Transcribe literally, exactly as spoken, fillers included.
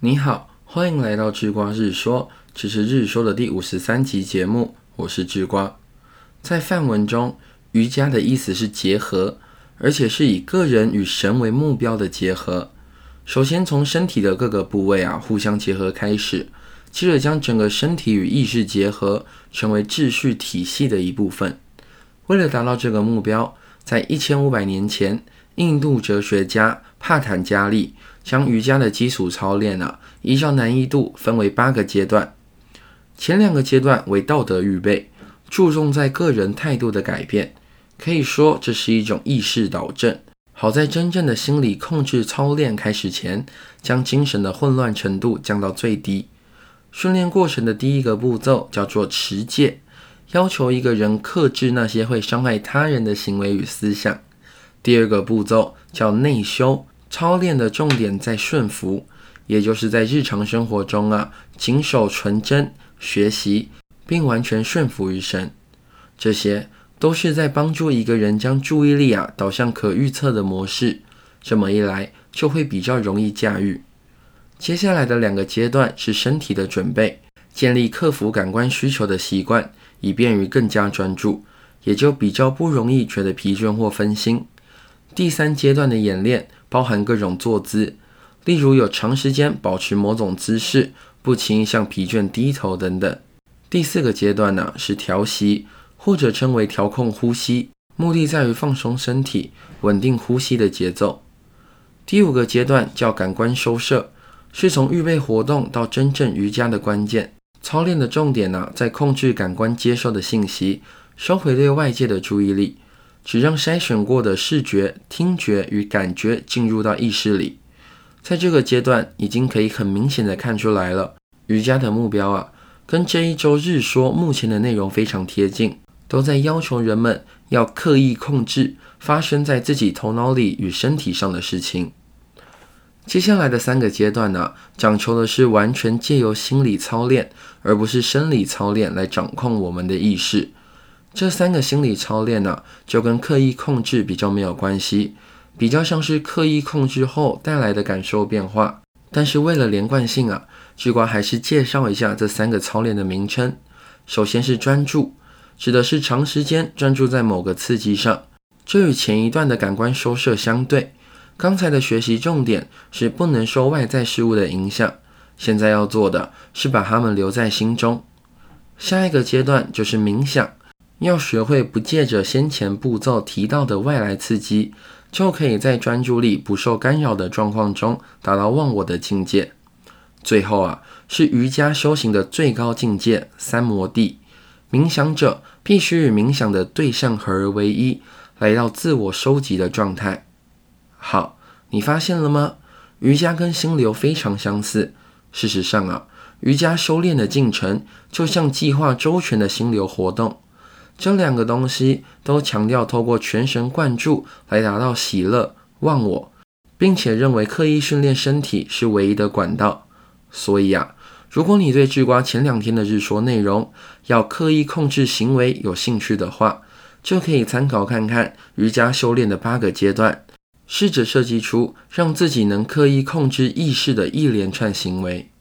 你好，欢迎来到智瓜日说，这是日说的第五十三集节目，我是智瓜。在梵文中，瑜伽的意思是结合，而且是以个人与神为目标的结合。首先从身体的各个部位啊互相结合开始，接着将整个身体与意识结合，成为秩序体系的一部分。为了达到这个目标，在一千五百年前，印度哲学家帕坦加利将瑜伽的基础操练啊，依照难易度分为八个阶段。前两个阶段为道德预备，注重在个人态度的改变，可以说这是一种意识导正。好在真正的心理控制操练开始前，将精神的混乱程度降到最低。训练过程的第一个步骤叫做持戒，要求一个人克制那些会伤害他人的行为与思想。第二个步骤叫内修，操练的重点在顺服，也就是在日常生活中啊，谨守纯真，学习，并完全顺服于神。这些都是在帮助一个人将注意力啊导向可预测的模式，这么一来就会比较容易驾驭。接下来的两个阶段是身体的准备，建立克服感官需求的习惯，以便于更加专注，也就比较不容易觉得疲倦或分心。第三阶段的演练包含各种坐姿，例如有长时间保持某种姿势，不轻易向疲倦低头等等。第四个阶段呢是调息，或者称为调控呼吸，目的在于放松身体，稳定呼吸的节奏。第五个阶段叫感官收摄，是从预备活动到真正瑜伽的关键。操练的重点呢在控制感官接收的信息，收回对外界的注意力，只让筛选过的视觉、听觉与感觉进入到意识里。在这个阶段，已经可以很明显的看出来了，瑜伽的目标啊，跟这一周日说目前的内容非常贴近，都在要求人们要刻意控制发生在自己头脑里与身体上的事情。接下来的三个阶段呢，讲求的是完全借由心理操练，而不是生理操练来掌控我们的意识。这三个心理操练呢，就跟刻意控制比较没有关系，比较像是刻意控制后带来的感受变化。但是为了连贯性啊，智瓜还是介绍一下这三个操练的名称。首先是专注，指的是长时间专注在某个刺激上，这与前一段的感官收摄相对。刚才的学习重点是不能受外在事物的影响，现在要做的是把它们留在心中。下一个阶段就是冥想，要学会不借着先前步骤提到的外来刺激，就可以在专注力不受干扰的状况中达到忘我的境界。最后啊，是瑜伽修行的最高境界三摩地，冥想者必须与冥想的对象合而为一，来到自我收集的状态。好，你发现了吗？瑜伽跟心流非常相似。事实上啊，瑜伽修炼的进程就像计划周全的心流活动。这两个东西都强调透过全神贯注来达到喜乐、忘我，并且认为刻意训练身体是唯一的管道。所以啊，如果你对智瓜前两天的日说内容要刻意控制行为有兴趣的话，就可以参考看看瑜伽修炼的八个阶段，试着设计出让自己能刻意控制意识的一连串行为。